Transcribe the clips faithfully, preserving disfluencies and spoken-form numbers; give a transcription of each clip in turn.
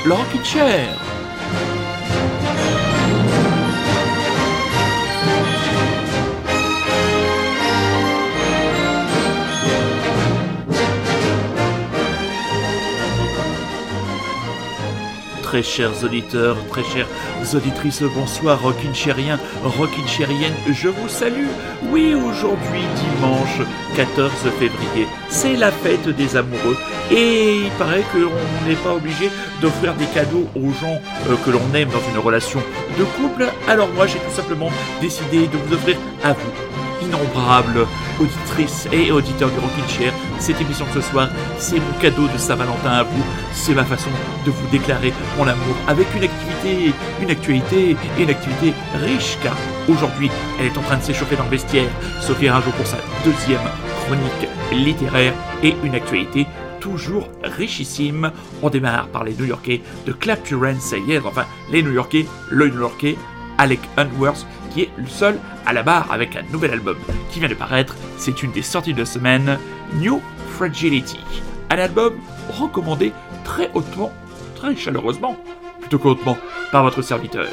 le Rockin' Chair. Très chers auditeurs, très chères auditrices, bonsoir, Rockin' Chairiens, Rockin' Chairiennes, je vous salue. Oui, aujourd'hui, dimanche quatorze février, c'est la fête des amoureux et il paraît qu'on n'est pas obligé d'offrir des cadeaux aux gens euh, que l'on aime dans une relation de couple. Alors moi, j'ai tout simplement décidé de vous offrir à vous, innombrables auditrices et auditeurs du Rockin' Chair, cette émission de ce soir, c'est mon cadeau de Saint-Valentin à vous, c'est ma façon de vous déclarer mon amour avec une activité, une actualité et une activité riche, car aujourd'hui, elle est en train de s'échauffer dans le vestiaire, Sophie Ringeau pour sa deuxième chronique littéraire et une actualité toujours richissime. On démarre par les New-Yorkais de Clap Your Hands Say Yes, enfin les New-Yorkais, le New-Yorkais Alec Huntworth, qui est le seul à la barre avec un nouvel album qui vient de paraître. C'est une des sorties de semaine, New Fragility. Un album recommandé très hautement, très chaleureusement, plutôt qu'hautement, par votre serviteur.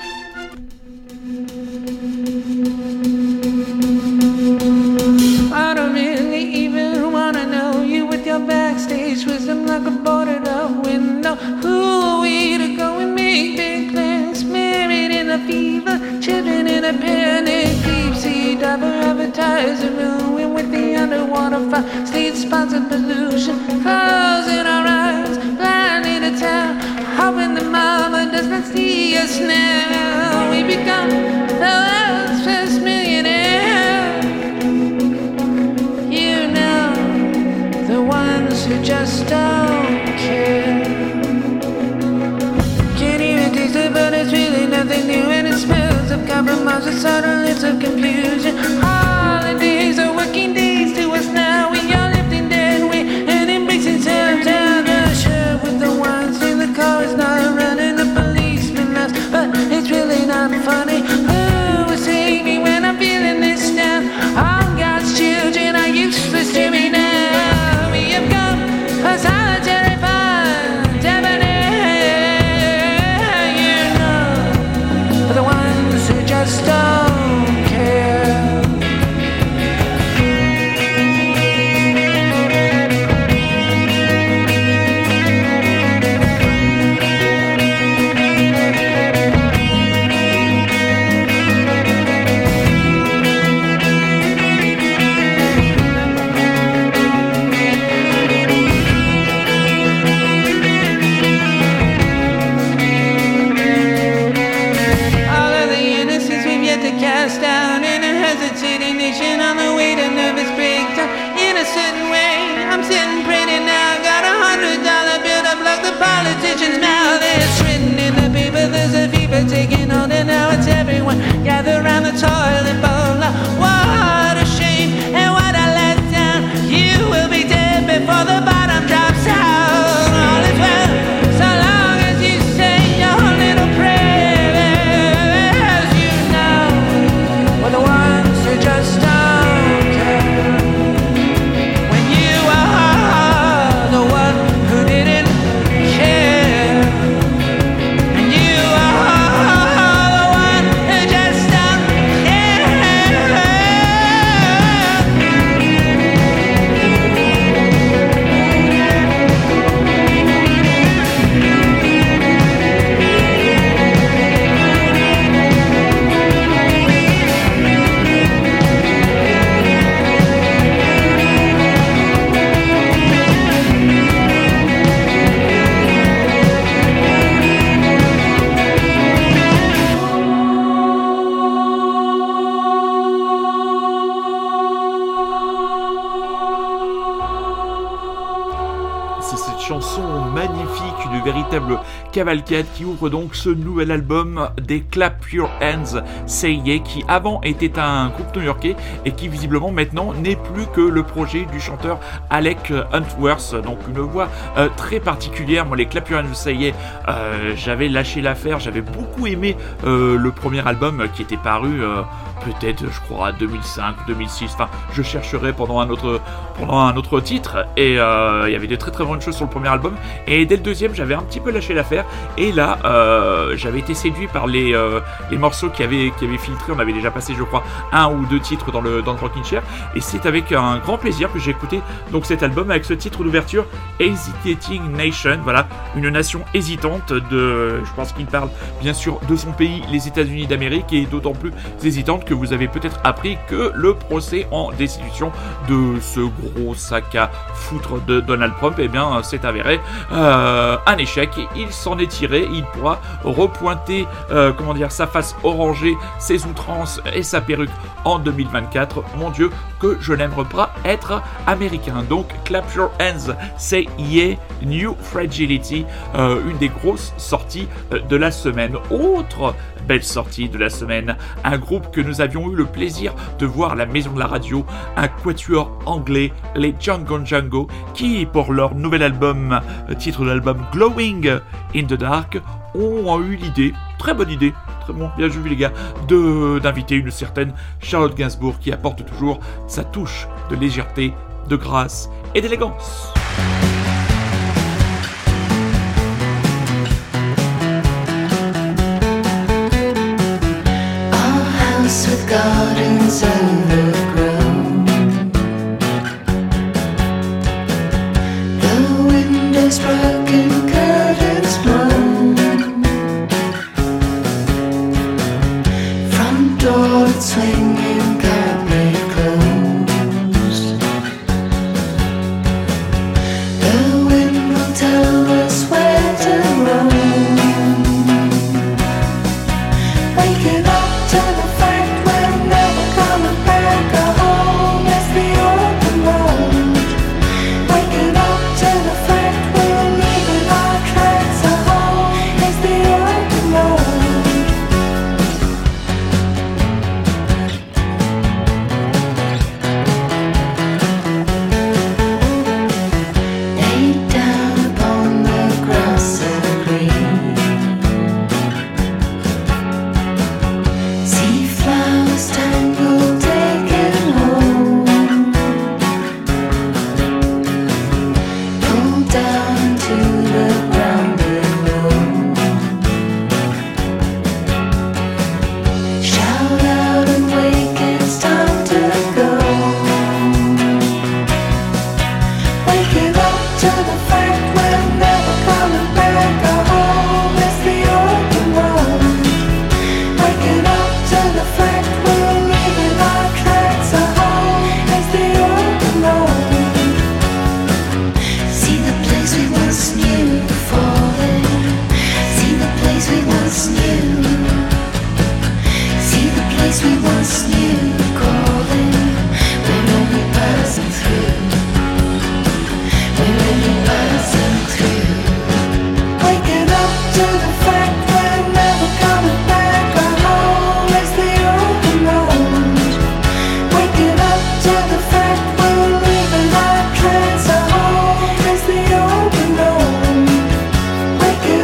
I don't really even wanna know you with your backstage wisdom like a boarded up window. Who are we to go and make big plans? Married in a fever, children in a panic, deep sea diver advertising ruin with the underwater fire, state-sponsored pollution, clothes in our eyes, blinded to town, hoping the mama does not see us now. We become the world's first millionaire. You know, the ones who just don't care. Can't even taste it, but it's really nothing new, and it smells of compromise with subtle hints of confusion. Holidays are working days to us now. We are lifting dead weight and embracing downtown. The shirt with the wine stain, the car is not running, the policeman laughs, but it's really not funny. Who will save me when I'm feeling this down? I'm God's children, are useless to me now. We have come for solitary fun, debonair, you know, for the ones who just don't care. Cast down in a hesitating nation on the way to nervous breakdown. In a certain way, I'm sitting pretty now. Got a hundred dollar bill to block the politician's mouth. It's written in the paper, there's a fever taking hold, and now it's everyone gather around the toilet bowl. What a shame and what a letdown. You will be dead before the bottom drops out. All is well, so long as you say your little prayer. The ones who just don't care. When you are the one who didn't care, and you are the one who just don't Une véritable cavalcade qui ouvre donc ce nouvel album des Clap Your Hands Say Yeah, qui avant était un groupe new-yorkais et qui visiblement maintenant n'est plus que le projet du chanteur Alec Huntworth, donc une voix euh, très particulière. Moi, les Clap Your Hands Say Yeah, euh, j'avais lâché l'affaire, j'avais beaucoup aimé euh, le premier album qui était paru euh, peut-être, je crois, deux mille cinq, deux mille six. Enfin, je chercherai pendant un autre, pendant un autre titre. Et euh, il y avait de très très bonnes choses sur le premier album. Et dès le deuxième, j'avais un petit peu lâché l'affaire. Et là, euh, j'avais été séduit par les, euh, les morceaux qui avaient, qui avaient filtré. On avait déjà passé, je crois, un ou deux titres dans le, dans le Rockin' Chair. Et c'est avec un grand plaisir que j'ai écouté donc cet album avec ce titre d'ouverture, Hesitating Nation. Voilà, une nation hésitante. De, je pense qu'il parle bien sûr de son pays, les États-Unis d'Amérique, et d'autant plus hésitante que vous avez peut-être appris que le procès en destitution de ce gros sac à foutre de Donald Trump, eh bien, s'est avéré euh, un échec. Il s'en est tiré. Il pourra repointer, euh, comment dire, sa face orangée, ses outrances et sa perruque en deux mille vingt-quatre. Mon Dieu, que je n'aimerais pas être américain. Donc, clap your hands, say yeah, New Fragility, euh, une des grosses sorties euh, de la semaine. Autre belle sortie de la semaine, un groupe que nous avions eu le plaisir de voir à la maison de la radio, un quatuor anglais, les Django Django, qui pour leur nouvel album, titre de l'album Glowing in the Dark, ont eu l'idée, très bonne idée, très bon, bien joué les gars, de, d'inviter une certaine Charlotte Gainsbourg qui apporte toujours sa touche de légèreté, de grâce et d'élégance. With gardens overgrown, the windows broken, curtains blown, front door swinging, cabinet closed. The wind will tell us where to roam. Waking up to the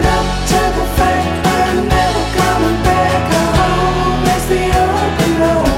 alone.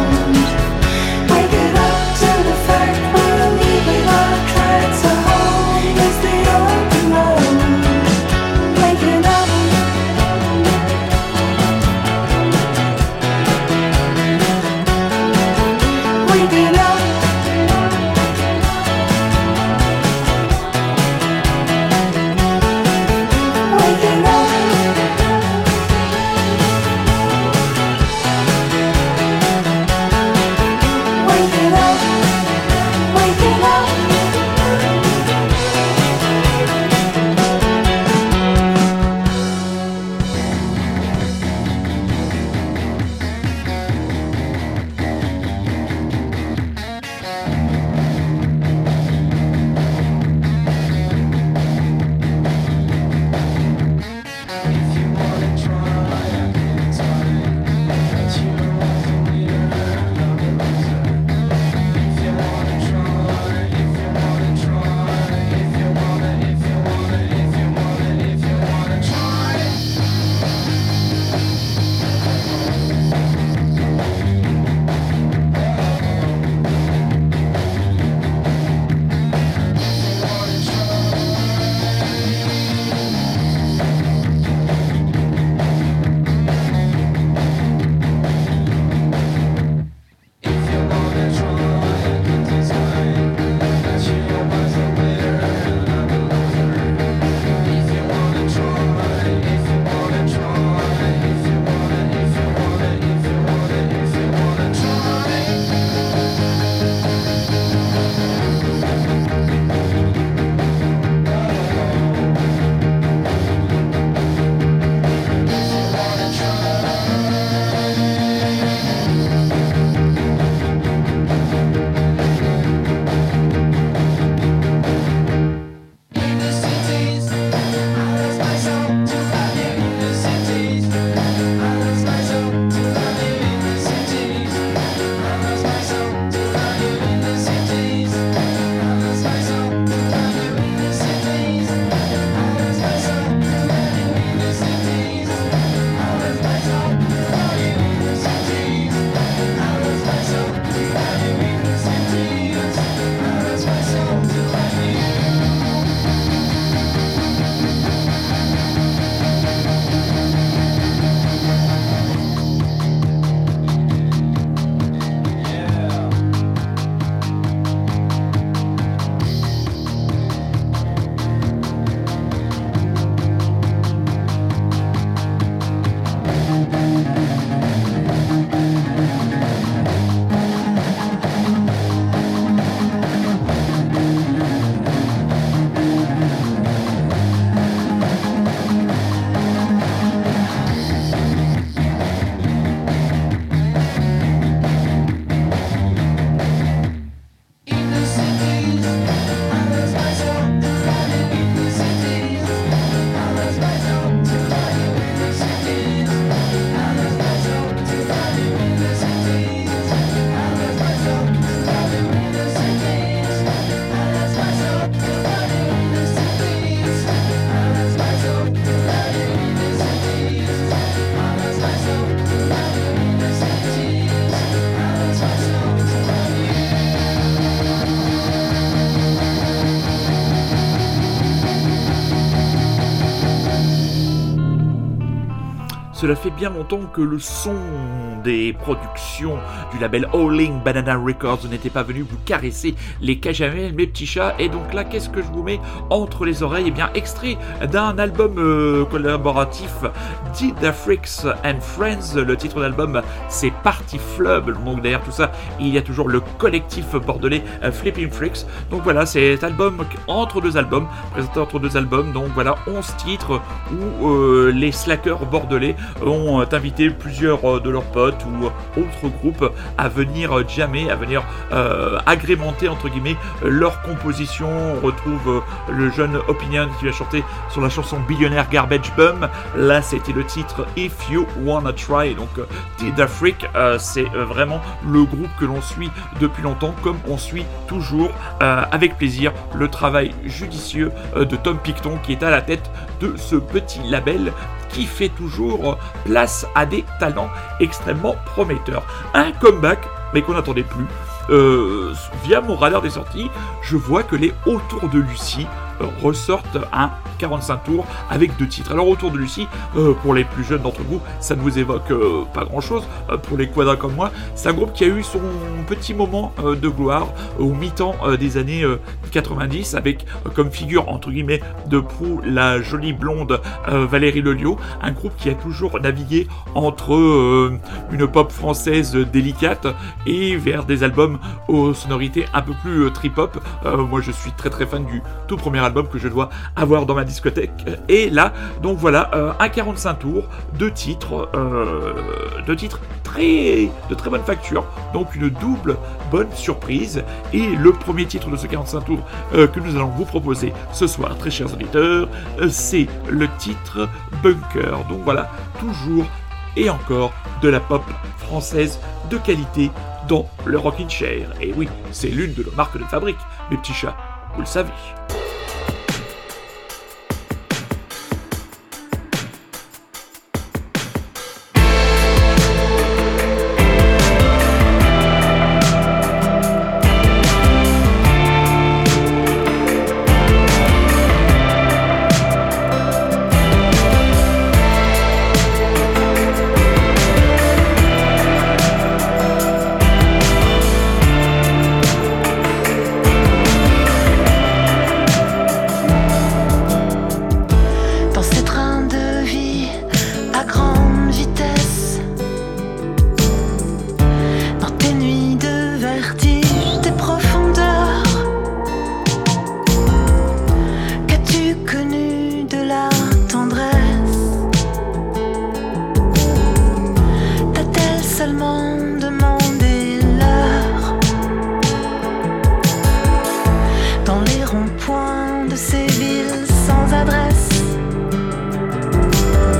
cela fait bien longtemps que le son des productions du label Howling Banana Records n'était pas venu vous caresser les cages-à-miel, mes petits chats. Et donc là, qu'est-ce que je vous mets entre les oreilles? Eh bien, extrait d'un album euh, collaboratif, Did the Freaks and Friends. Le titre d'album, c'est Party Flub. Donc derrière tout ça, il y a toujours le collectif bordelais euh, Flipping Freaks. Donc voilà, c'est cet album entre deux albums, présenté entre deux albums. Donc voilà, onze titres où euh, les slackers bordelais ont invité plusieurs de leurs potes ou autres groupes à venir jammer, à venir euh, agrémenter entre guillemets leur composition. On retrouve euh, le jeune Opinion qui va chanter sur la chanson Billionaire Garbage Bum. Là, c'était le titre If You Wanna Try. Donc, euh, Did the Freak, euh, c'est euh, vraiment le groupe que l'on suit depuis longtemps, comme on suit toujours euh, avec plaisir le travail judicieux euh, de Tom Picton qui est à la tête de ce petit label qui fait toujours place à des talents extrêmement prometteurs. Un comeback, mais qu'on n'attendait plus. Euh, via mon radar des sorties, je vois que les Autour de Lucie euh, ressortent un quarante-cinq tours avec deux titres. Alors Autour de Lucie, euh, pour les plus jeunes d'entre vous, ça ne vous évoque euh, pas grand chose. Euh, pour les quadras comme moi, c'est un groupe qui a eu son petit moment euh, de gloire au mi-temps euh, des années euh, quatre-vingt-dix, avec euh, comme figure entre guillemets de proue la jolie blonde euh, Valérie Lelio, un groupe qui a toujours navigué entre euh, une pop française délicate et vers des albums aux sonorités un peu plus euh, trip-hop. Euh, moi je suis très très fan du tout premier album que je dois avoir dans ma discothèque. Et là, donc voilà, euh, un quarante-cinq tours, deux titres, euh, deux titres très, de très bonne facture, donc une double bonne surprise. Et le premier titre de ce quarante-cinq tours euh, que nous allons vous proposer ce soir, très chers auditeurs, euh, c'est le titre Bunker. Donc voilà, toujours et encore de la pop française de qualité dans le Rockin' Chair. Et oui, c'est l'une de nos marques de fabrique, mes petits chats, vous le savez.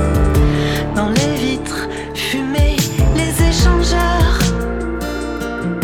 Dans les vitres fumées, les échangeurs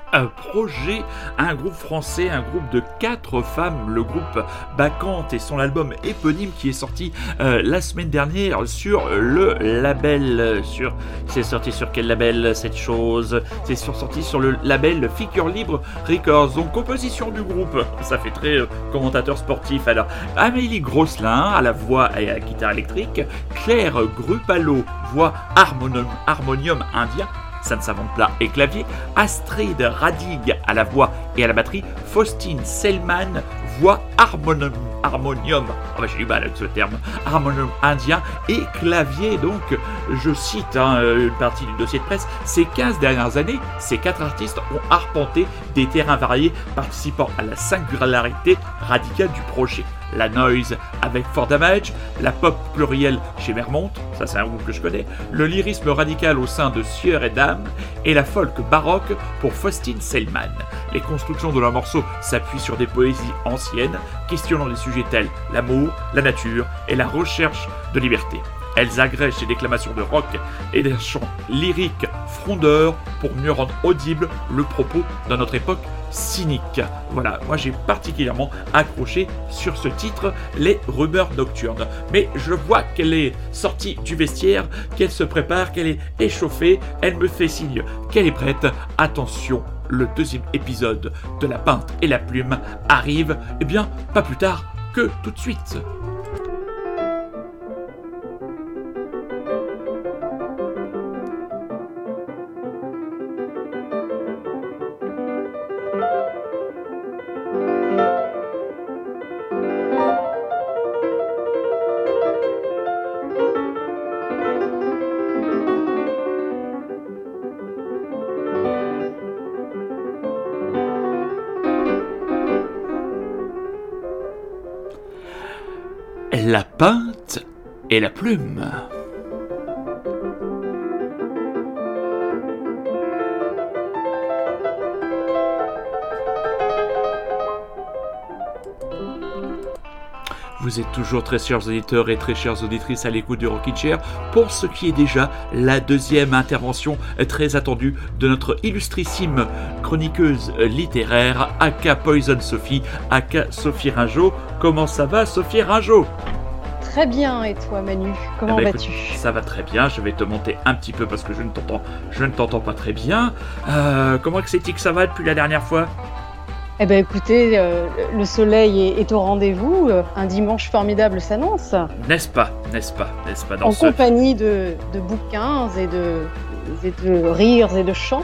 Un projet, un groupe français, un groupe de quatre femmes, le groupe Bacchante et son album éponyme qui est sorti euh, la semaine dernière sur le label, sur, c'est sorti sur quel label cette chose? C'est sur, sorti sur le label Figure Libre Records, donc composition du groupe, ça fait très euh, commentateur sportif. Alors, Amélie Grosselin à la voix et à la guitare électrique, Claire Grupalo, voix harmonium, harmonium indien, ça ne s'invente plat et clavier, Astrid Radig à la voix et à la batterie, Faustine Selman, voix harmonium, harmonium, oh bah j'ai du mal avec ce terme, harmonium indien et clavier. Donc je cite hein, une partie du dossier de presse, ces quinze dernières années, ces quatre artistes ont arpenté des terrains variés participant à la singularité radicale du projet. La noise avec Fort Damage, la pop plurielle chez Mermont, ça c'est un groupe que je connais, le lyrisme radical au sein de Sieur et Dame, et la folk baroque pour Faustine Selman. Les constructions de leurs morceaux s'appuient sur des poésies anciennes, questionnant des sujets tels l'amour, la nature et la recherche de liberté. Elles agrègent des déclamations de rock et des chants lyriques frondeurs pour mieux rendre audible le propos dans notre époque cynique. Voilà, moi j'ai particulièrement accroché sur ce titre, Les Rumeurs Nocturnes. Mais je vois qu'elle est sortie du vestiaire, qu'elle se prépare, qu'elle est échauffée, elle me fait signe qu'elle est prête. Attention, le deuxième épisode de La Pinte et la Plume arrive, eh bien, pas plus tard que tout de suite. La Pinte et la Plume. Vous êtes toujours très chers auditeurs et très chères auditrices à l'écoute du Rockin' Chair pour ce qui est déjà la deuxième intervention très attendue de notre illustrissime chroniqueuse littéraire aka Poison Sophie, aka Sophie Ringeau. Comment ça va Sophie Ringeau? Très bien, et toi Manu, comment eh ben, vas-tu? Écoute, ça va très bien, je vais te monter un petit peu parce que je ne t'entends, je ne t'entends pas très bien. Euh, comment c'est-il que ça va depuis la dernière fois? Eh ben écoutez, euh, le soleil est, est au rendez-vous, euh, un dimanche formidable s'annonce. N'est-ce pas, n'est-ce pas, n'est-ce pas dans En ce... compagnie de, de bouquins et de, et de rires et de chants.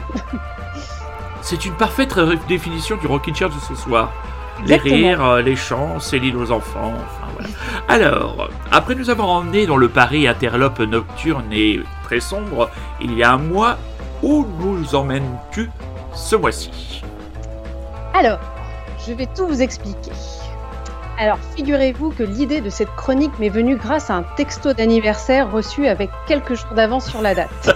C'est une parfaite définition du Rockin' Chair de ce soir. Les Exactement. rires, les chants, c'est l'île aux enfants, enfin voilà. Alors, après nous avoir emmenés dans le Paris interlope nocturne et très sombre, il y a un mois, où nous emmènes-tu ce mois-ci? Alors, je vais tout vous expliquer. Alors, figurez-vous que l'idée de cette chronique m'est venue grâce à un texto d'anniversaire reçu avec quelques jours d'avance sur la date.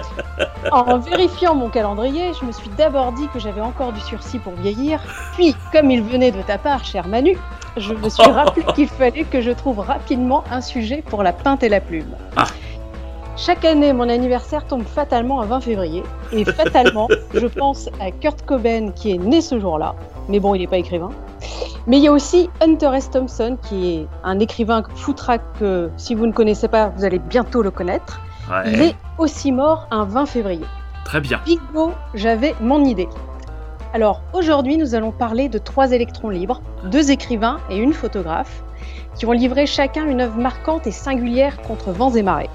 En vérifiant mon calendrier, je me suis d'abord dit que j'avais encore du sursis pour vieillir, puis, comme il venait de ta part, cher Manu, je me suis rappelé qu'il fallait que je trouve rapidement un sujet pour La Pinte et la Plume. Ah. Chaque année, mon anniversaire tombe fatalement un vingt février, et fatalement, je pense à Kurt Cobain qui est né ce jour-là, mais bon, il n'est pas écrivain. Mais il y a aussi Hunter S. Thompson, qui est un écrivain foutraque que, si vous ne connaissez pas, vous allez bientôt le connaître. Ouais. Il est aussi mort un vingt février. Très bien. Bingo, j'avais mon idée. Alors, aujourd'hui, nous allons parler de trois électrons libres, deux écrivains et une photographe, qui ont livré chacun une œuvre marquante et singulière contre vents et marées.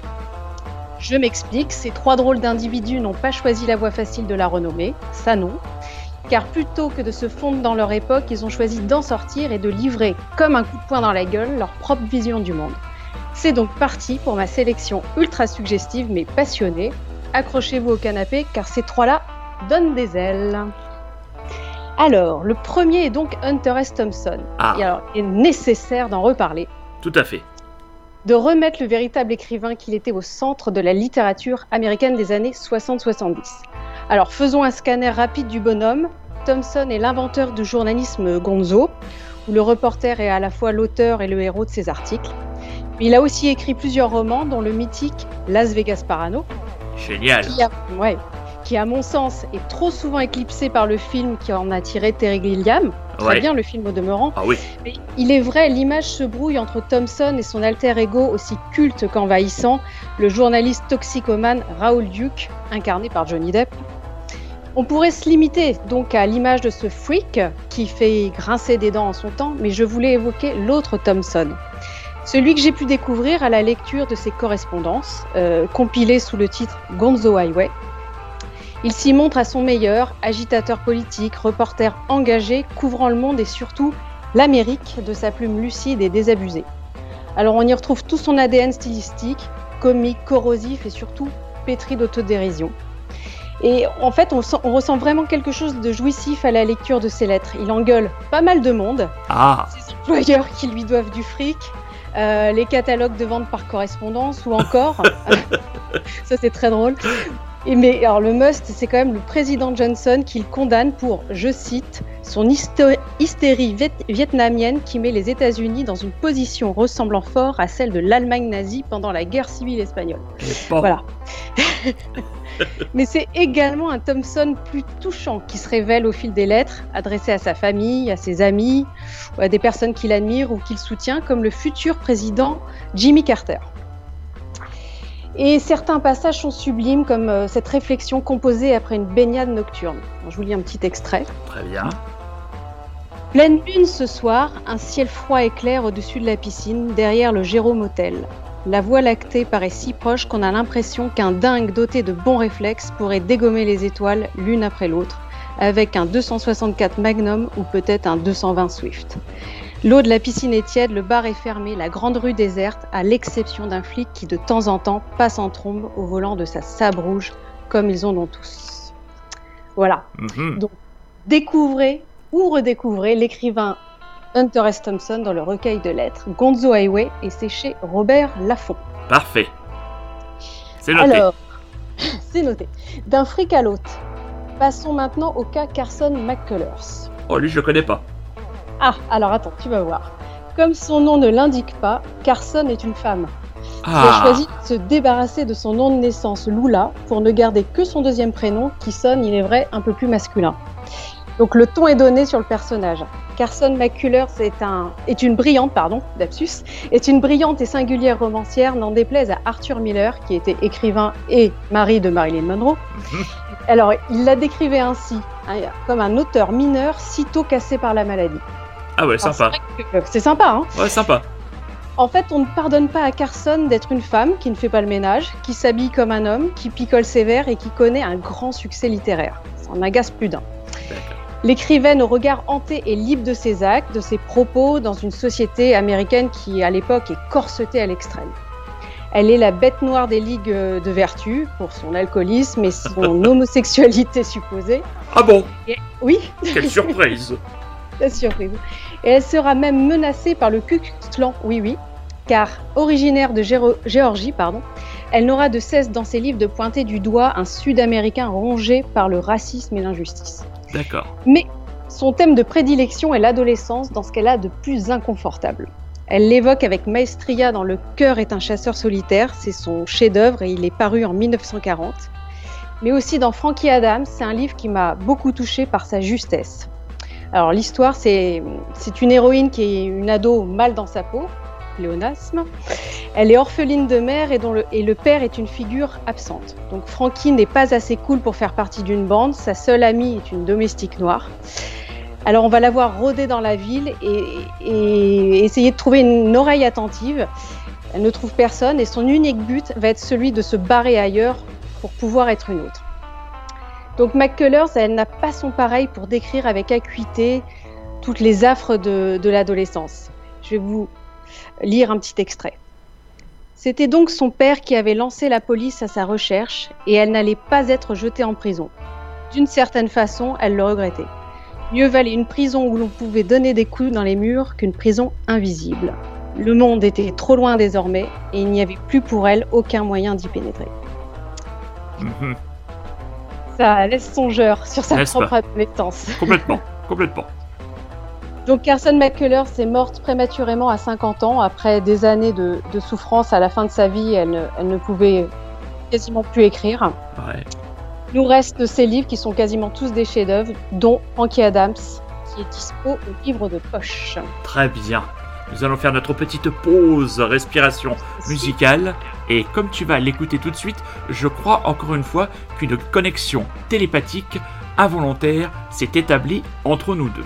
Je m'explique, ces trois drôles d'individus n'ont pas choisi la voie facile de la renommée, ça non, car plutôt que de se fondre dans leur époque, ils ont choisi d'en sortir et de livrer, comme un coup de poing dans la gueule, leur propre vision du monde. C'est donc parti pour ma sélection ultra suggestive mais passionnée. Accrochez-vous au canapé car ces trois-là donnent des ailes. Alors, le premier est donc Hunter S. Thompson. Ah. Et alors, il est nécessaire d'en reparler, Tout à fait. de remettre le véritable écrivain qu'il était au centre de la littérature américaine des années soixante soixante-dix. Alors, faisons un scanner rapide du bonhomme. Thompson est l'inventeur du journalisme gonzo, où le reporter est à la fois l'auteur et le héros de ses articles. Il a aussi écrit plusieurs romans, dont le mythique Las Vegas Parano, Génial. qui a, ouais, qui à mon sens est trop souvent éclipsé par le film qui en a tiré Terry Gilliam. Très Ouais. bien le film au demeurant. Ah oui. Mais il est vrai, l'image se brouille entre Thompson et son alter ego aussi culte qu'envahissant, le journaliste toxicomane Raoul Duke, incarné par Johnny Depp. On pourrait se limiter donc à l'image de ce freak qui fait grincer des dents en son temps, mais je voulais évoquer l'autre Thompson. Celui que j'ai pu découvrir à la lecture de ses correspondances, euh, compilées sous le titre Gonzo Highway. Il s'y montre à son meilleur, agitateur politique, reporter engagé, couvrant le monde et surtout l'Amérique de sa plume lucide et désabusée. Alors on y retrouve tout son A D N stylistique, comique, corrosif et surtout pétri d'autodérision. Et en fait, on, sent, on ressent vraiment quelque chose de jouissif à la lecture de ses lettres. Il engueule pas mal de monde, Ah, ses employeurs qui lui doivent du fric, euh, les catalogues de vente par correspondance ou encore, ça c'est très drôle. Et mais alors le must, c'est quand même le président Johnson qui le condamne pour, je cite, son hysto- hystérie viet- vietnamienne qui met les États-Unis dans une position ressemblant fort à celle de l'Allemagne nazie pendant la guerre civile espagnole. bon. Voilà. Mais c'est également un Thompson plus touchant qui se révèle au fil des lettres, adressées à sa famille, à ses amis, ou à des personnes qu'il admire ou qu'il soutient, comme le futur président Jimmy Carter. Et certains passages sont sublimes, comme euh, cette réflexion composée après une baignade nocturne. Alors, je vous lis un petit extrait. Très bien. Pleine lune ce soir, un ciel froid et clair au-dessus de la piscine, derrière le Jérôme Hotel. La Voie lactée paraît si proche qu'on a l'impression qu'un dingue doté de bons réflexes pourrait dégommer les étoiles l'une après l'autre, avec un deux cent soixante-quatre Magnum ou peut-être un deux cent vingt Swift. L'eau de la piscine est tiède, le bar est fermé, la grande rue déserte, à l'exception d'un flic qui de temps en temps passe en trombe au volant de sa Saab rouge, comme ils en ont tous. Voilà. Mhm. Donc, découvrez ou redécouvrez l'écrivain Hunter S. Thompson dans le recueil de lettres Gonzo Highway et c'est chez Robert Laffont. Parfait. C'est noté. Alors, c'est noté. D'un fric à l'autre. Passons maintenant au cas Carson McCullers. Oh, lui, je le connais pas. Ah, alors attends, tu vas voir. Comme son nom ne l'indique pas, Carson est une femme qui a Ah, choisi de se débarrasser de son nom de naissance Lula pour ne garder que son deuxième prénom qui sonne, il est vrai, un peu plus masculin. Donc le ton est donné sur le personnage. Carson McCullers est, un, est une brillante, pardon, lapsus, est une brillante et singulière romancière, n'en déplaise à Arthur Miller, qui était écrivain et mari de Marilyn Monroe. Mhm. Alors, il la décrivait ainsi, hein, comme un auteur mineur sitôt cassé par la maladie. ah ouais, Alors, sympa. c'est vrai que c'est sympa, hein. Ouais, sympa. En fait, on ne pardonne pas à Carson d'être une femme qui ne fait pas le ménage, qui s'habille comme un homme, qui picole ses vers et qui connaît un grand succès littéraire. Ça en agace plus d'un. D'accord. L'écrivaine au regard hanté et libre de ses actes, de ses propos, dans une société américaine qui, à l'époque, est corsetée à l'extrême. Elle est la bête noire des ligues de vertu pour son alcoolisme et son homosexualité supposée. Ah bon, Et- oui, quelle surprise. la surprise. Et elle sera même menacée par le Ku Klux Klan, oui, oui, car originaire de Géro- Géorgie, pardon, elle n'aura de cesse dans ses livres de pointer du doigt un Sud-Américain rongé par le racisme et l'injustice. D'accord. Mais son thème de prédilection est l'adolescence dans ce qu'elle a de plus inconfortable. Elle l'évoque avec maestria dans Le cœur est un chasseur solitaire, c'est son chef-d'œuvre et il est paru en mille neuf cent quarante. Mais aussi dans Frankie Adams, c'est un livre qui m'a beaucoup touchée par sa justesse. Alors l'histoire, c'est, c'est une héroïne qui est une ado mal dans sa peau, pléonasme. Elle est orpheline de mère et, dont le, et le père est une figure absente. Donc Frankie n'est pas assez cool pour faire partie d'une bande, sa seule amie est une domestique noire. Alors on va la voir rôder dans la ville et, et essayer de trouver une oreille attentive. Elle ne trouve personne et son unique but va être celui de se barrer ailleurs pour pouvoir être une autre. Donc McCullers, elle n'a pas son pareil pour décrire avec acuité toutes les affres de, de l'adolescence. Je vais vous lire un petit extrait. C'était donc son père qui avait lancé la police à sa recherche et elle n'allait pas être jetée en prison. D'une certaine façon, elle le regrettait. Mieux valait une prison où l'on pouvait donner des coups dans les murs qu'une prison invisible. Le monde était trop loin désormais et il n'y avait plus pour elle aucun moyen d'y pénétrer. Mhm. Ça laisse songeur sur sa N'est-ce propre pas adolescence. Complètement, complètement. Donc Carson McCullers est morte prématurément à cinquante ans. Après des années de, de souffrance à la fin de sa vie, elle ne, elle ne pouvait quasiment plus écrire. Ouais. nous reste ces livres qui sont quasiment tous des chefs-d'œuvre, dont Frankie Adams, qui est dispo au livre de poche. Très bien. Nous allons faire notre petite pause respiration musicale. Et comme tu vas l'écouter tout de suite, je crois encore une fois qu'une connexion télépathique involontaire s'est établie entre nous deux.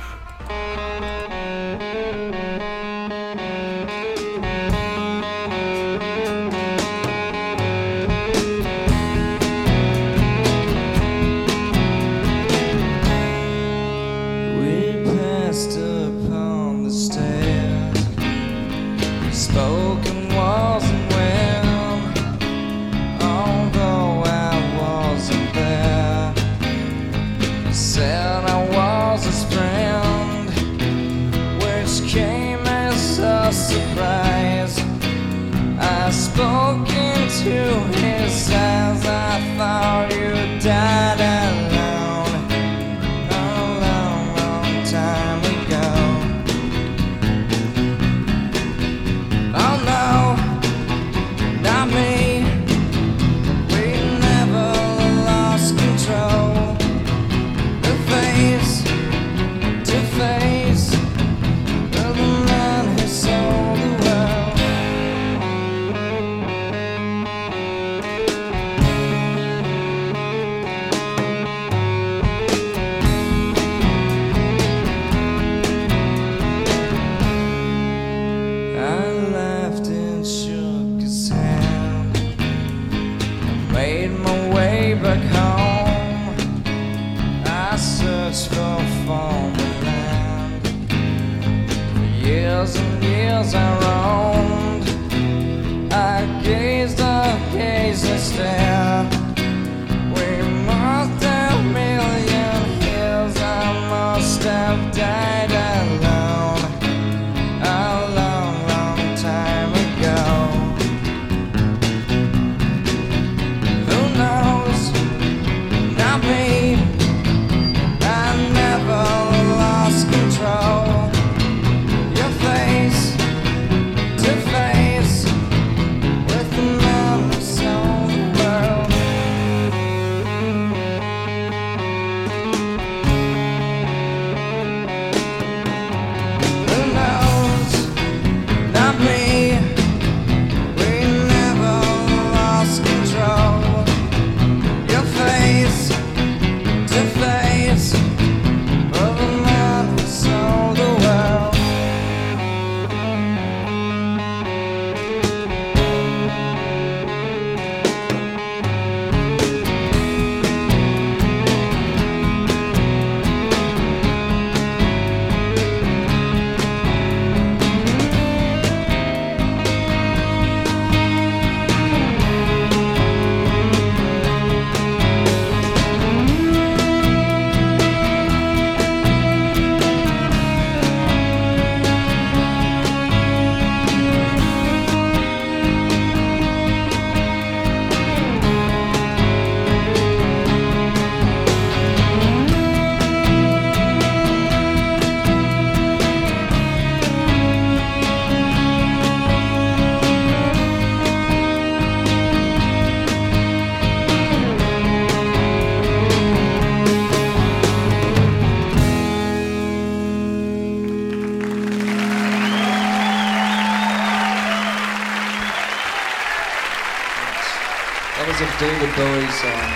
David Bowie song.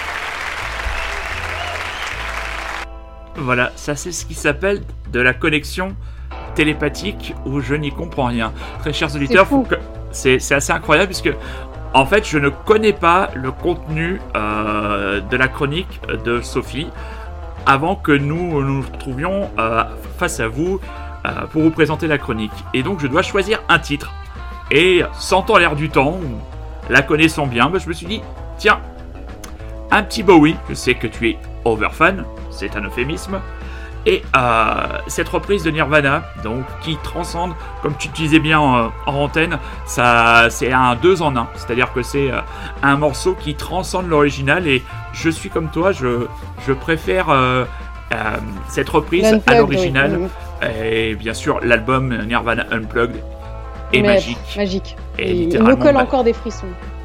Voilà, ça c'est ce qui s'appelle de la connexion télépathique où je n'y comprends rien. Très chers auditeurs, c'est, faut que... c'est, c'est assez incroyable puisque en fait je ne connais pas le contenu euh, de la chronique de Sophie avant que nous nous retrouvions euh, face à vous euh, pour vous présenter la chronique. Et donc je dois choisir un titre. Et sentant l'air du temps, la connaissant bien, bah, je me suis dit, tiens, un petit Bowie, je sais que tu es overfan, c'est un euphémisme, et euh, cette reprise de Nirvana, donc qui transcende, comme tu disais bien euh, en antenne, ça, c'est un deux en un, c'est-à-dire que c'est euh, un morceau qui transcende l'original, et je suis comme toi, je, je préfère euh, euh, cette reprise L'Unplugged, à l'original, oui, oui. Et bien sûr l'album Nirvana Unplugged est Mais magique. Magique. Et il me colle encore des frissons.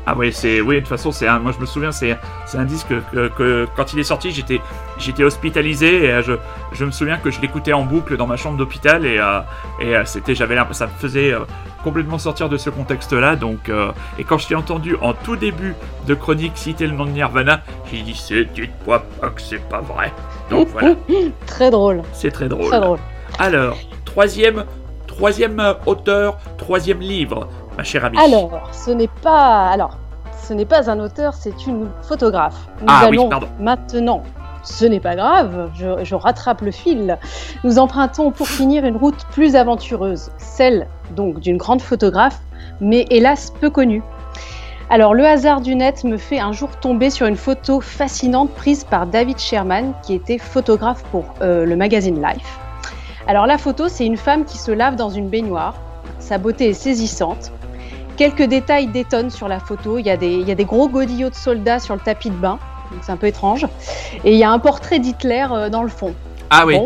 Ah oui, c'est oui de toute façon c'est un, moi je me souviens c'est c'est un disque que, que quand il est sorti j'étais j'étais hospitalisé et euh, je je me souviens que je l'écoutais en boucle dans ma chambre d'hôpital et euh, et euh, c'était j'avais l'impression ça me faisait euh, complètement sortir de ce contexte-là donc euh, et quand je t'ai entendu en tout début de chronique citer le nom de Nirvana, j'ai dit c'est dites-moi pas que c'est pas vrai. Donc voilà. Très drôle. C'est très drôle. Très drôle. Alors, troisième troisième euh, auteur, troisième livre, ma chère amie. Alors, ce n'est pas alors, ce n'est pas un auteur, c'est une photographe. Nous Ah oui, allons pardon. maintenant, ce n'est pas grave, je, je rattrape le fil. Nous empruntons pour finir une route plus aventureuse, celle donc d'une grande photographe, mais hélas peu connue. Alors, le hasard du net me fait un jour tomber sur une photo fascinante prise par David Sherman, qui était photographe pour euh, le magazine Life. Alors, la photo, c'est une femme qui se lave dans une baignoire. Sa beauté est saisissante. Quelques détails détonnent sur la photo. Il y a des, il y a des gros godillots de soldats sur le tapis de bain. Donc c'est un peu étrange. Et il y a un portrait d'Hitler euh, dans le fond. Ah oui. Bon.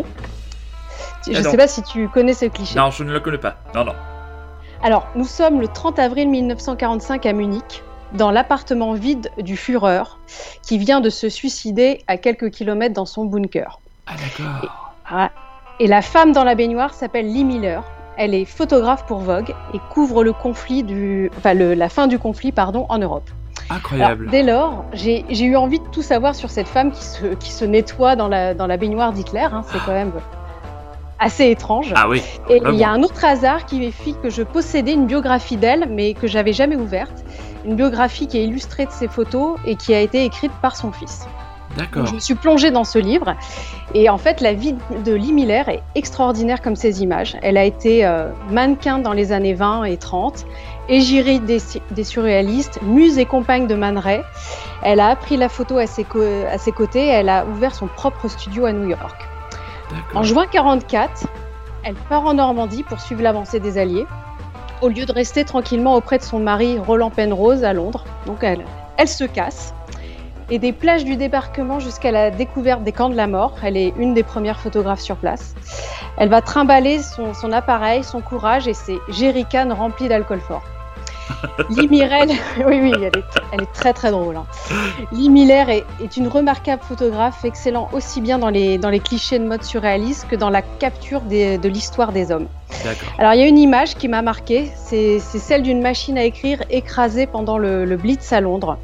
Je ne Ah sais non. pas si tu connais ce cliché. Non, je ne le connais pas. Non, non. Alors, nous sommes le trente avril mille neuf cent quarante-cinq à Munich, dans l'appartement vide du Führer, qui vient de se suicider à quelques kilomètres dans son bunker. Ah d'accord. Ah. Et la femme dans la baignoire s'appelle Lee Miller. Elle est photographe pour Vogue et couvre le conflit du, enfin le, la fin du conflit pardon, en Europe. Incroyable. Alors, dès lors, j'ai, j'ai eu envie de tout savoir sur cette femme qui se, qui se nettoie dans la, dans la baignoire d'Hitler. Hein. C'est quand même assez étrange. Ah oui. Et vraiment. il y a un autre hasard qui m'a fait que je possédais une biographie d'elle, mais que j'avais jamais ouverte. Une biographie qui est illustrée de ses photos et qui a été écrite par son fils. D'accord. Donc, je me suis plongée dans ce livre et en fait la vie de Lee Miller est extraordinaire comme ses images. Elle a été euh, mannequin dans les années vingt et trente, égérie des, des surréalistes, muse et compagne de Man Ray. Elle a appris la photo à ses, co- à ses côtés et elle a ouvert son propre studio à New York. D'accord. En juin quarante-quatre, elle part en Normandie pour suivre l'avancée des Alliés au lieu de rester tranquillement auprès de son mari Roland Penrose à Londres. Donc elle, elle se casse. Et des plages du débarquement jusqu'à la découverte des camps de la mort, elle est une des premières photographes sur place. Elle va trimballer son, son appareil, son courage et ses jerrycans remplis d'alcool fort. Lee Miller, oui, oui, elle est, elle est très très drôle. Hein. Lee Miller est, est une remarquable photographe, excellent aussi bien dans les, dans les clichés de mode surréaliste que dans la capture des, de l'histoire des hommes. D'accord. Alors il y a une image qui m'a marquée, c'est, c'est celle d'une machine à écrire écrasée pendant le, le Blitz à Londres.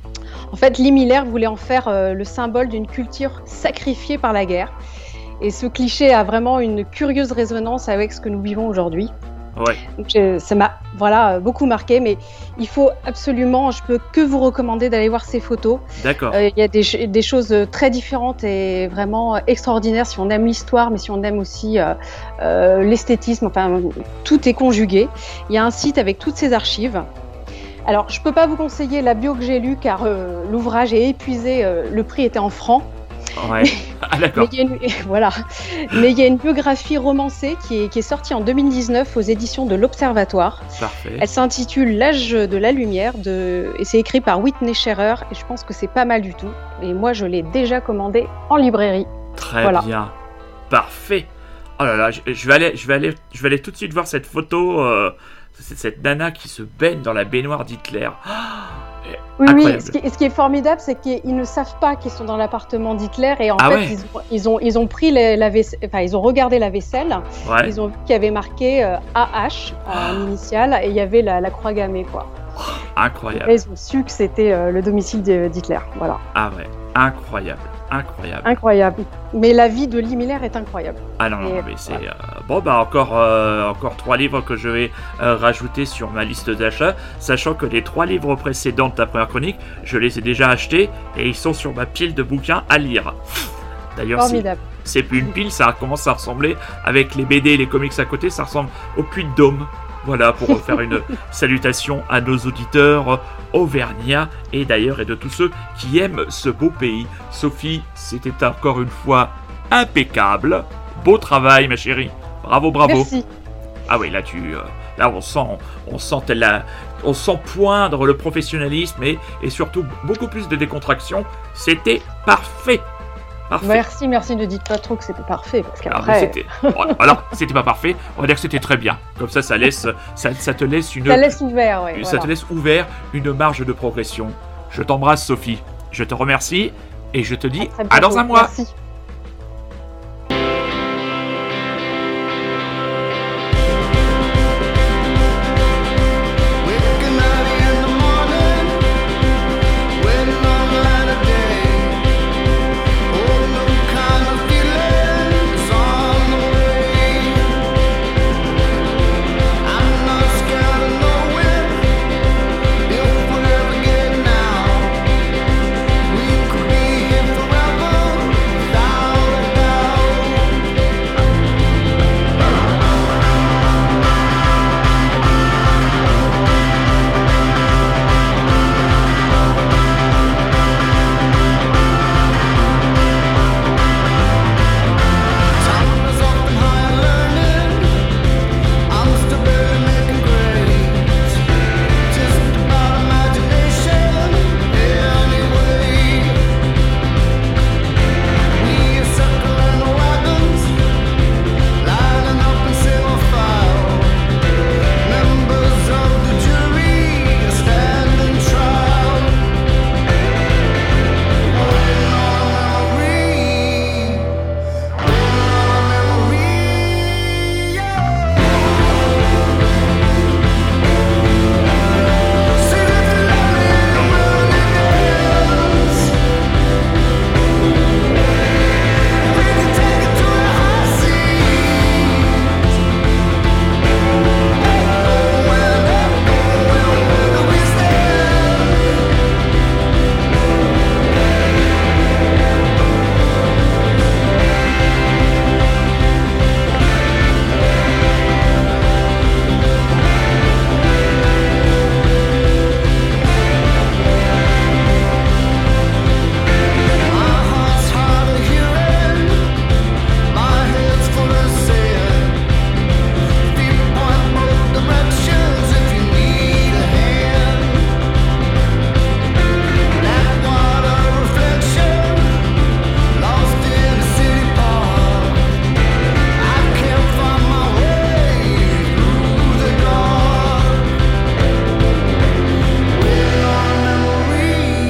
En fait, Lee Miller voulait en faire euh, le symbole d'une culture sacrifiée par la guerre. Et ce cliché a vraiment une curieuse résonance avec ce que nous vivons aujourd'hui. Ouais. Donc, je- ça m'a voilà, beaucoup marqué, mais il faut absolument, je peux que vous recommander d'aller voir ces photos. D'accord. Euh, Il y a des, ch- des choses très différentes et vraiment extraordinaires si on aime l'histoire, mais si on aime aussi euh, euh, l'esthétisme, enfin, tout est conjugué. Il y a un site avec toutes ces archives. Alors, je ne peux pas vous conseiller la bio que j'ai lue car euh, l'ouvrage est épuisé, euh, le prix était en francs. Ouais. Ah d'accord. Mais il y a une, voilà. Mais il y a une biographie romancée qui est, qui est sortie en deux mille dix-neuf aux éditions de l'Observatoire. Parfait. Elle s'intitule L'âge de la lumière de... et c'est écrit par Whitney Scherer et je pense que c'est pas mal du tout. Et moi, je l'ai déjà commandé en librairie. Très Voilà. bien. Parfait. Oh là là, je, je vais aller, je vais aller, je vais aller tout de suite voir cette photo. Euh, c'est cette nana qui se baigne dans la baignoire d'Hitler. Ah, Oui, incroyable. oui. Ce qui, et ce qui est formidable, c'est qu'ils ne savent pas qu'ils sont dans l'appartement d'Hitler et en Ah fait, ouais. ils, ont, ils ont ils ont pris les- la vaisselle, enfin ils ont regardé la vaisselle, Ouais. ils ont vu qu'il y avait marqué euh, A H en initiale et il y avait la, la croix gammée quoi. Incroyable. Et ils ont su que c'était euh, le domicile de- d'Hitler. Voilà, Ah ouais. Incroyable. Incroyable. incroyable. Mais la vie de Lee Miller est incroyable. Ah non, non, Et non, mais c'est... euh, bon, bah encore, euh, encore trois livres que je vais euh, rajouter sur ma liste d'achat, sachant que les trois livres précédents de ta première chronique, je les ai déjà achetés et ils sont sur ma pile de bouquins à lire. D'ailleurs, c'est, Formidable. c'est plus une pile, ça commence à ressembler, avec les B D et les comics à côté, ça ressemble au Puy de Dôme. Voilà, pour faire une salutation à nos auditeurs auvergnats et d'ailleurs et de tous ceux qui aiment ce beau pays. Sophie, c'était encore une fois impeccable. Beau travail, ma chérie. Bravo, bravo. Merci. Ah oui, là tu, euh, là on sent, on sent telle la- on sent poindre le professionnalisme et, et surtout beaucoup plus de décontraction. C'était parfait. Parfait. Merci, merci, ne dites pas trop que c'était parfait, parce Alors, mais qu'après, c'était... bon, alors, c'était pas parfait, on va dire que c'était très bien. Comme ça, ça, laisse, ça, ça te laisse une... ça laisse ouvert, ouais. ça voilà. te laisse ouvert une marge de progression. Je t'embrasse, Sophie. Je te remercie et je te dis Très à dans bientôt. un mois. Merci. Waking early in the morning, waiting on the light of day. Oh, no kind of feeling is on the way. I'm not scared of knowing if we'll ever get now. We could be here forever without a doubt. Time is up and higher learning. I'm still barely making grades. Just about imagination anyway. We are circling the wagons, lining up in single file. Members of the jury standing trial. Waiting on a memory. My heart's hard of hearing, my head's full of sand. Feet point both directions if you need a hand. Black water reflection, lost in a city park. I can't find my way through the dark. Waiting on a memory.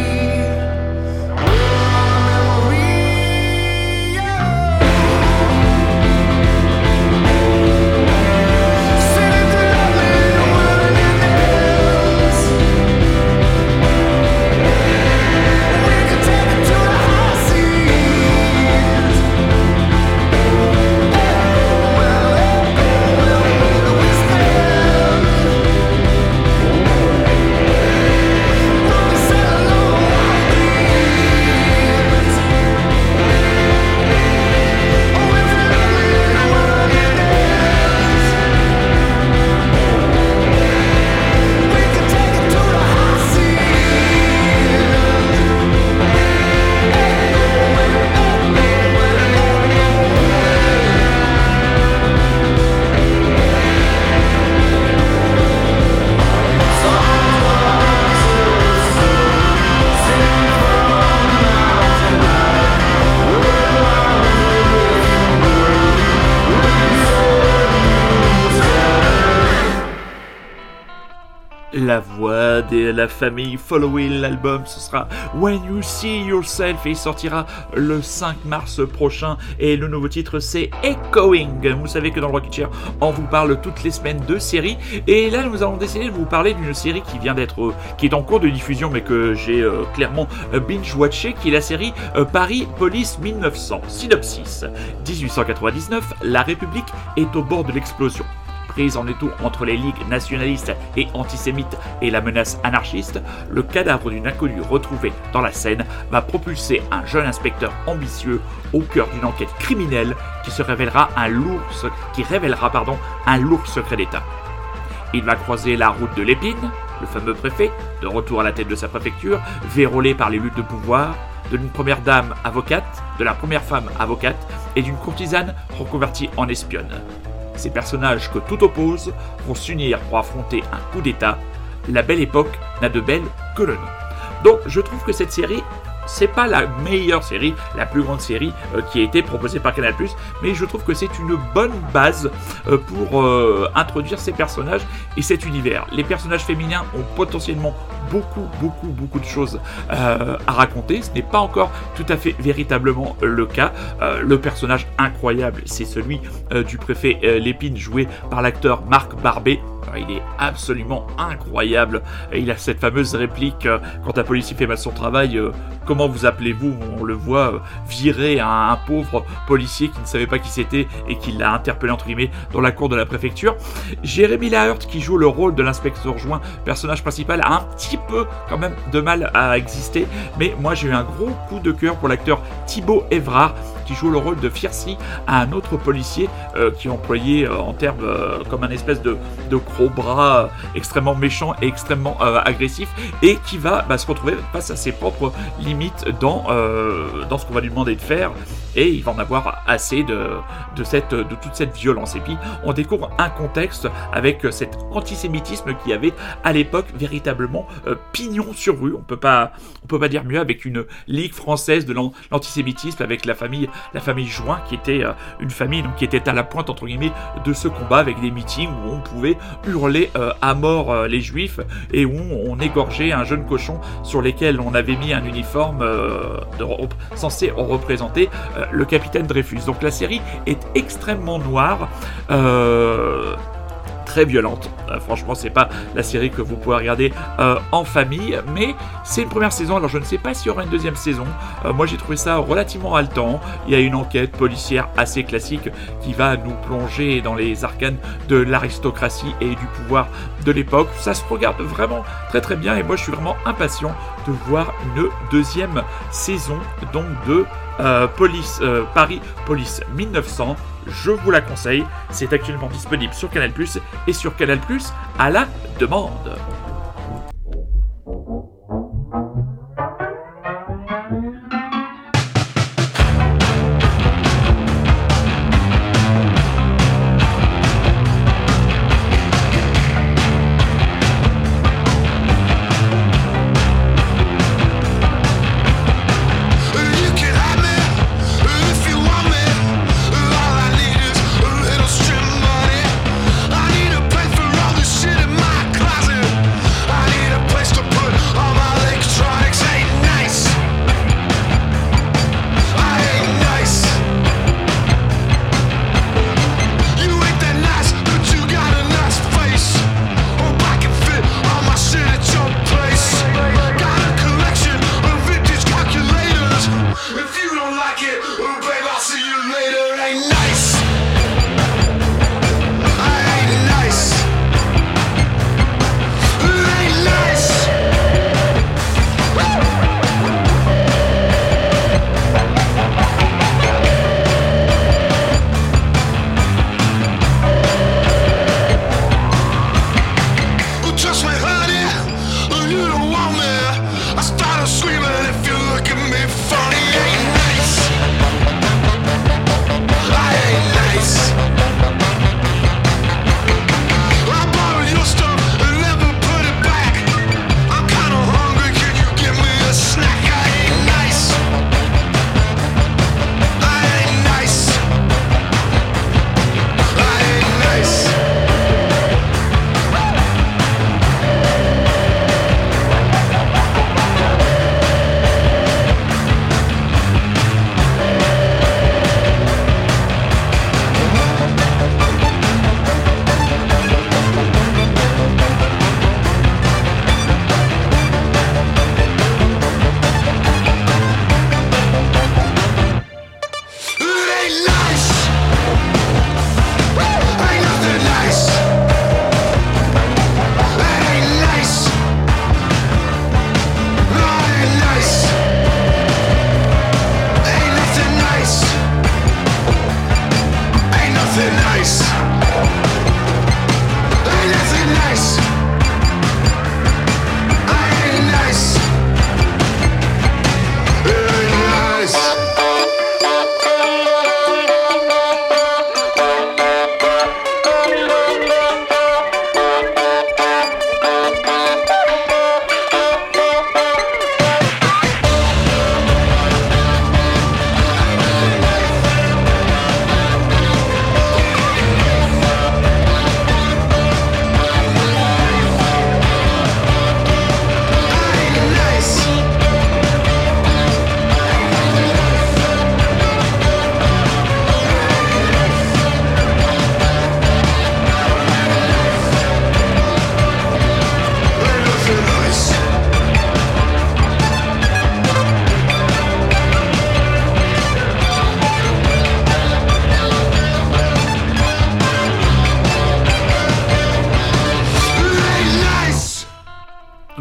La voix de la famille Following, l'album ce sera When You See Yourself et il sortira le cinq mars prochain et le nouveau titre c'est Echoing. Vous savez que dans le Rockin' Chair on vous parle toutes les semaines de séries et là nous avons décidé de vous parler d'une série qui vient d'être, euh, qui est en cours de diffusion mais que j'ai euh, clairement euh, binge-watché, qui est la série euh, Paris Police mille neuf cents. Synopsis: dix-huit cent quatre-vingt-dix-neuf, la République est au bord de l'explosion. Prise en étau entre les ligues nationalistes et antisémites et la menace anarchiste, le cadavre d'une inconnue retrouvée dans la Seine va propulser un jeune inspecteur ambitieux au cœur d'une enquête criminelle qui se révélera un lourd, qui révélera pardon, un lourd secret d'État. Il va croiser la route de Lépine, le fameux préfet, de retour à la tête de sa préfecture, vérolé par les luttes de pouvoir, de d'une première dame avocate, de la première femme avocate et d'une courtisane reconvertie en espionne. Ces personnages que tout oppose vont s'unir pour affronter un coup d'État. La belle époque n'a de belle que le nom. Donc je trouve que cette série C'est pas la meilleure série, la plus grande série euh, qui a été proposée par Canal+, mais je trouve que c'est une bonne base euh, pour euh, introduire ces personnages et cet univers. Les personnages féminins ont potentiellement beaucoup, beaucoup, beaucoup de choses euh, à raconter. Ce n'est pas encore tout à fait véritablement le cas. Euh, le personnage incroyable, c'est celui euh, du préfet euh, Lépine, joué par l'acteur Marc Barbet. Il est absolument incroyable. Il a cette fameuse réplique euh, quand un policier fait mal son travail, euh, comment vous appelez-vous? On le voit euh, virer un, un pauvre policier qui ne savait pas qui c'était et qui l'a interpellé entre guillemets dans la cour de la préfecture. Jérémy Lahert, qui joue le rôle de l'inspecteur Join, personnage principal, a un petit peu quand même de mal à exister, mais moi j'ai eu un gros coup de cœur pour l'acteur Thibaut Evrard, qui joue le rôle de Fircy, un autre policier euh, qui est employé euh, en termes euh, comme un espèce de, de gros bras euh, extrêmement méchant et extrêmement euh, agressif, et qui va bah, se retrouver face à ses propres limites dans, euh, dans ce qu'on va lui demander de faire, et il va en avoir assez de, de, cette, de toute cette violence. Et puis on découvre un contexte avec cet antisémitisme qui avait à l'époque véritablement euh, pignon sur rue, on peut pas, on peut pas dire mieux, avec une ligue française de l'antisémitisme, avec la famille la famille Join, qui était euh, une famille donc, qui était à la pointe entre guillemets de ce combat, avec des meetings où on pouvait hurler euh, à mort euh, les juifs, et où on égorgeait un jeune cochon sur lequel on avait mis un uniforme euh, de, censé représenter euh, le capitaine Dreyfus. Donc la série est extrêmement noire, euh, très violente. Euh, franchement, c'est pas la série que vous pouvez regarder euh, en famille, mais c'est une première saison. Alors je ne sais pas s'il y aura une deuxième saison. Euh, moi, j'ai trouvé ça relativement haletant. Il y a une enquête policière assez classique qui va nous plonger dans les arcanes de l'aristocratie et du pouvoir de l'époque. Ça se regarde vraiment très très bien, et moi, je suis vraiment impatient de voir une deuxième saison donc de euh, Police euh, Paris Police mille neuf cents. Je vous la conseille, c'est actuellement disponible sur Canal+, et sur Canal+, à la demande. You can have me if you want me. All I need is a little string money. I need a place for all the shit in my closet.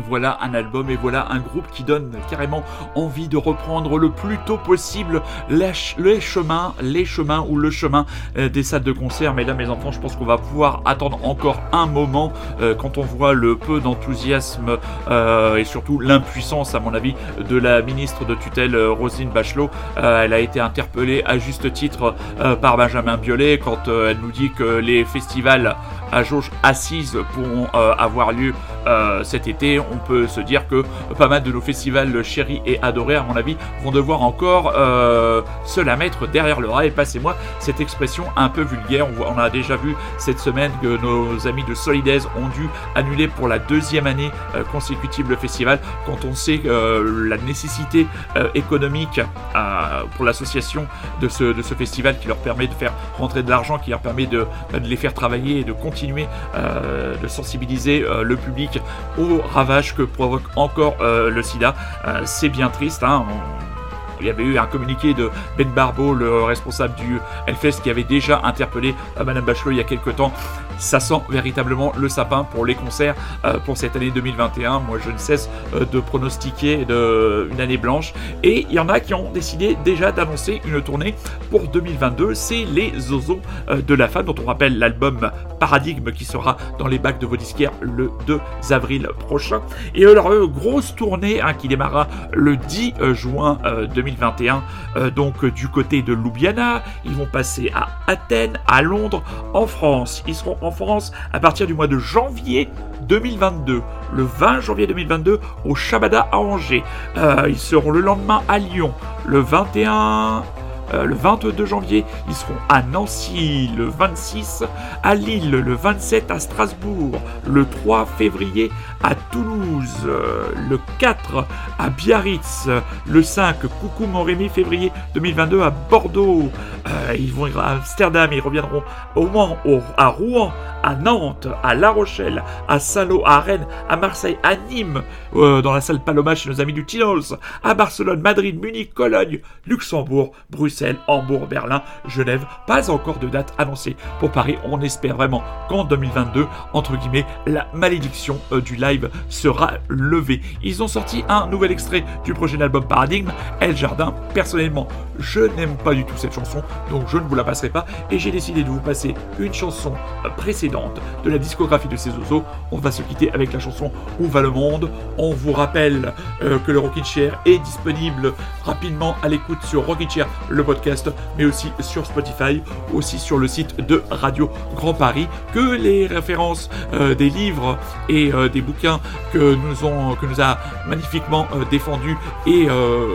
voilà un album et voilà un groupe qui donne carrément envie de reprendre le plus tôt possible les, ch- les chemins, les chemins ou le chemin euh, des salles de concert. Mais là, mes enfants, je pense qu'on va pouvoir attendre encore un moment euh, quand on voit le peu d'enthousiasme euh, et surtout l'impuissance, à mon avis, de la ministre de tutelle euh, Roselyne Bachelot. Euh, elle a été interpellée à juste titre euh, par Benjamin Biolay quand euh, elle nous dit que les festivals à jauge assise pourront euh, avoir lieu euh, cet été. On peut se dire que pas mal de nos festivals chéris et adorés, à mon avis, vont devoir encore euh, se la mettre derrière le rail. Passez-moi cette expression un peu vulgaire. On, voit, on a déjà vu cette semaine que nos amis de Solidaise ont dû annuler pour la deuxième année euh, consécutive le festival, quand on sait euh, la nécessité euh, économique euh, pour l'association de ce, de ce festival, qui leur permet de faire rentrer de l'argent, qui leur permet de, de les faire travailler et de continuer continuer euh, de sensibiliser euh, le public aux ravages que provoque encore euh, le sida. Euh, c'est bien triste, hein. On... Il y avait eu un communiqué de Ben Barbeau, le responsable du Hellfest, qui avait déjà interpellé euh, Madame Bachelot il y a quelques temps. Ça sent véritablement le sapin pour les concerts euh, pour cette année deux mille vingt et un. Moi, je ne cesse euh, de pronostiquer de, une année blanche. Et il y en a qui ont décidé déjà d'annoncer une tournée pour deux mille vingt-deux. C'est les Zozos euh, de la femme, dont on rappelle l'album Paradigme, qui sera dans les bacs de vos disquaires le deux avril prochain. Et leur euh, grosse tournée hein, qui démarra le dix juin euh, deux mille vingt et un, euh, donc euh, du côté de Ljubljana. Ils vont passer à Athènes, à Londres, en France. Ils seront en France à partir du mois de janvier deux mille vingt-deux, le vingt janvier deux mille vingt-deux au Shabada à Angers. Euh, ils seront le lendemain à Lyon, le vingt et un... Euh, le vingt-deux janvier, ils seront à Nancy, le vingt-six à Lille, le vingt-sept à Strasbourg, le trois février à Toulouse, euh, le quatre à Biarritz, le cinq, coucou mon Rémi, février deux mille vingt-deux à Bordeaux. Euh, ils vont à Amsterdam, ils reviendront au Mans, au, à Rouen, à Nantes, à La Rochelle, à Saint-Lô, à Rennes, à Marseille, à Nîmes, euh, dans la salle Paloma chez nos amis du Tinoz, à Barcelone, Madrid, Munich, Cologne, Luxembourg, Bruxelles, Hambourg, Berlin, Genève. Pas encore de date annoncée pour Paris. On espère vraiment qu'en deux mille vingt-deux, entre guillemets, la malédiction euh, du live sera levée. Ils ont sorti un nouvel extrait du prochain album Paradigme, El Jardin. Personnellement, je n'aime pas du tout cette chanson, donc je ne vous la passerai pas, et j'ai décidé de vous passer une chanson euh, précédente de la discographie de ces Zozos. On va se quitter avec la chanson Où va le monde. On vous rappelle euh, que le Rockin' Chair est disponible rapidement à l'écoute sur Rockin' Chair, le podcast, mais aussi sur Spotify, aussi sur le site de Radio Grand Paris, que les références euh, des livres et euh, des bouquins que nous, ont, que nous a magnifiquement euh, défendus et euh,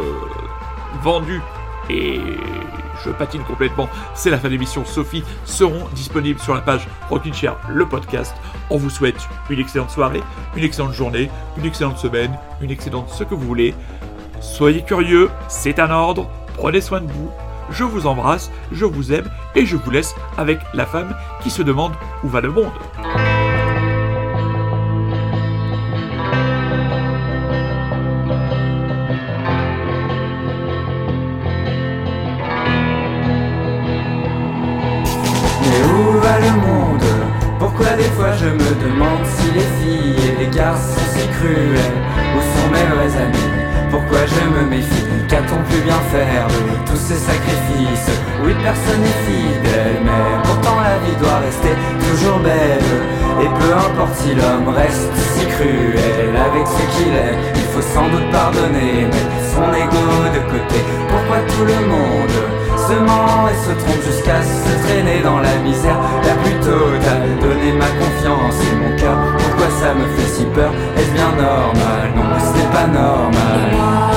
vendus, et je patine complètement, c'est la fin de l'émission, Sophie, seront disponibles sur la page Rockin' Chair, le podcast. On vous souhaite une excellente soirée, une excellente journée, une excellente semaine, une excellente ce que vous voulez. Soyez curieux, c'est un ordre, prenez soin de vous, je vous embrasse, je vous aime, et je vous laisse avec la femme qui se demande où va le monde. Le monde. Pourquoi des fois je me demande si les filles et les garçons sont si cruels? Où sont mes vrais amis? Pourquoi je me méfie? Qu'a-t-on pu bien faire de tous ces sacrifices? Oui, personne n'est fidèle, mais pourtant la vie doit rester toujours belle. Et peu importe si l'homme reste si cruel avec ce qu'il est, il faut sans doute pardonner, mettre son ego de côté. Pourquoi tout le monde se ment et se trompe jusqu'à se traîner dans la misère la plus totale? Donner ma confiance et mon cœur, pourquoi ça me fait si peur? Est-ce bien normal? Non, ce n'est pas normal.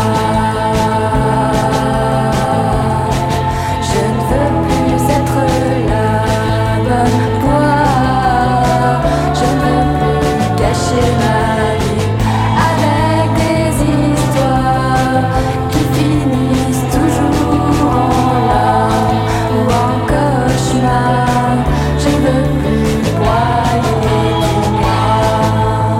Je ne veux plus être la bonne voix. Je ne veux plus cacher ma vie avec des histoires qui finissent toujours en larmes ou en cauchemar. Je ne veux plus broyer du noir.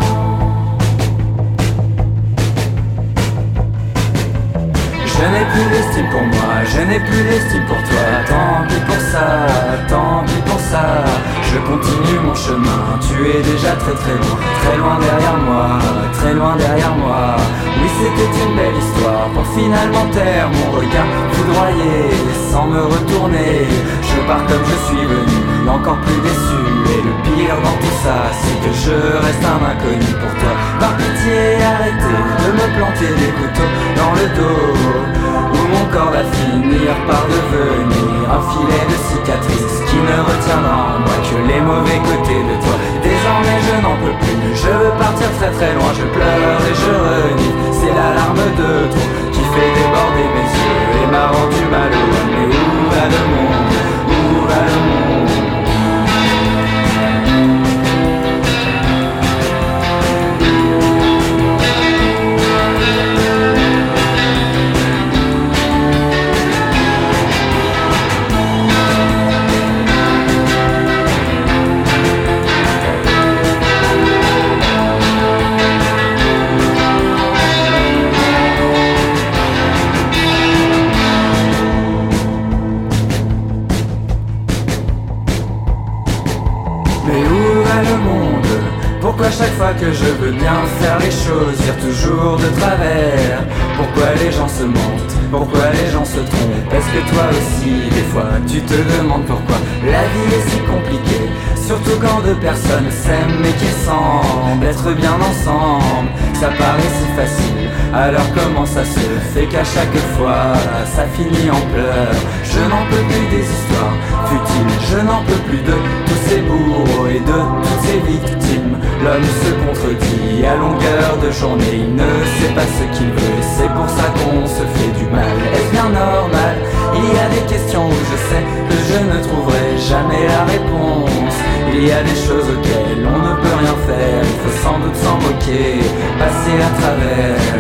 Je n'ai plus l'estime pour moi, je n'ai plus l'estime pour toi. Tant pis pour ça, tant pis pour ça. Je continue mon chemin, tu es déjà très très loin, très loin derrière moi, très loin derrière moi. Oui, c'était une belle histoire pour finalement taire mon regard foudroyé sans me retourner. Je pars comme je suis venu, encore plus déçu. Et le pire dans tout ça, c'est que je reste un inconnu pour toi. Par pitié, arrêtez de me planter des couteaux dans le dos, où mon corps va finir par devenir un filet de cicatrices qui ne retiendra en moi que les mauvais côtés de toi. Désormais je n'en peux plus, je veux partir très très loin. Je pleure et je renie, c'est la larme de trop qui fait déborder mes yeux et m'a rendu malheureux. Mais où va le monde, où va le monde? Pourquoi chaque fois que je veux bien faire les choses, vire toujours de travers? Pourquoi les gens se mentent? Pourquoi les gens se trompent? Est-ce que toi aussi, des fois, tu te demandes pourquoi la vie est si compliquée? Surtout quand deux personnes s'aiment mais qui semblent être bien ensemble. Ça paraît si facile, alors comment ça se fait qu'à chaque fois ça finit en pleurs? Je n'en peux plus des histoires futiles, je n'en peux plus de tous ces bourreaux et de toutes ces victimes. L'homme se contredit à longueur de journée, il ne sait pas ce qu'il veut, c'est pour ça qu'on se fait du mal. Est-ce bien normal? Il y a des questions où je sais que je ne trouverai jamais la réponse. Il y a des choses auxquelles on ne peut rien faire, il faut sans doute s'en moquer, passer à travers.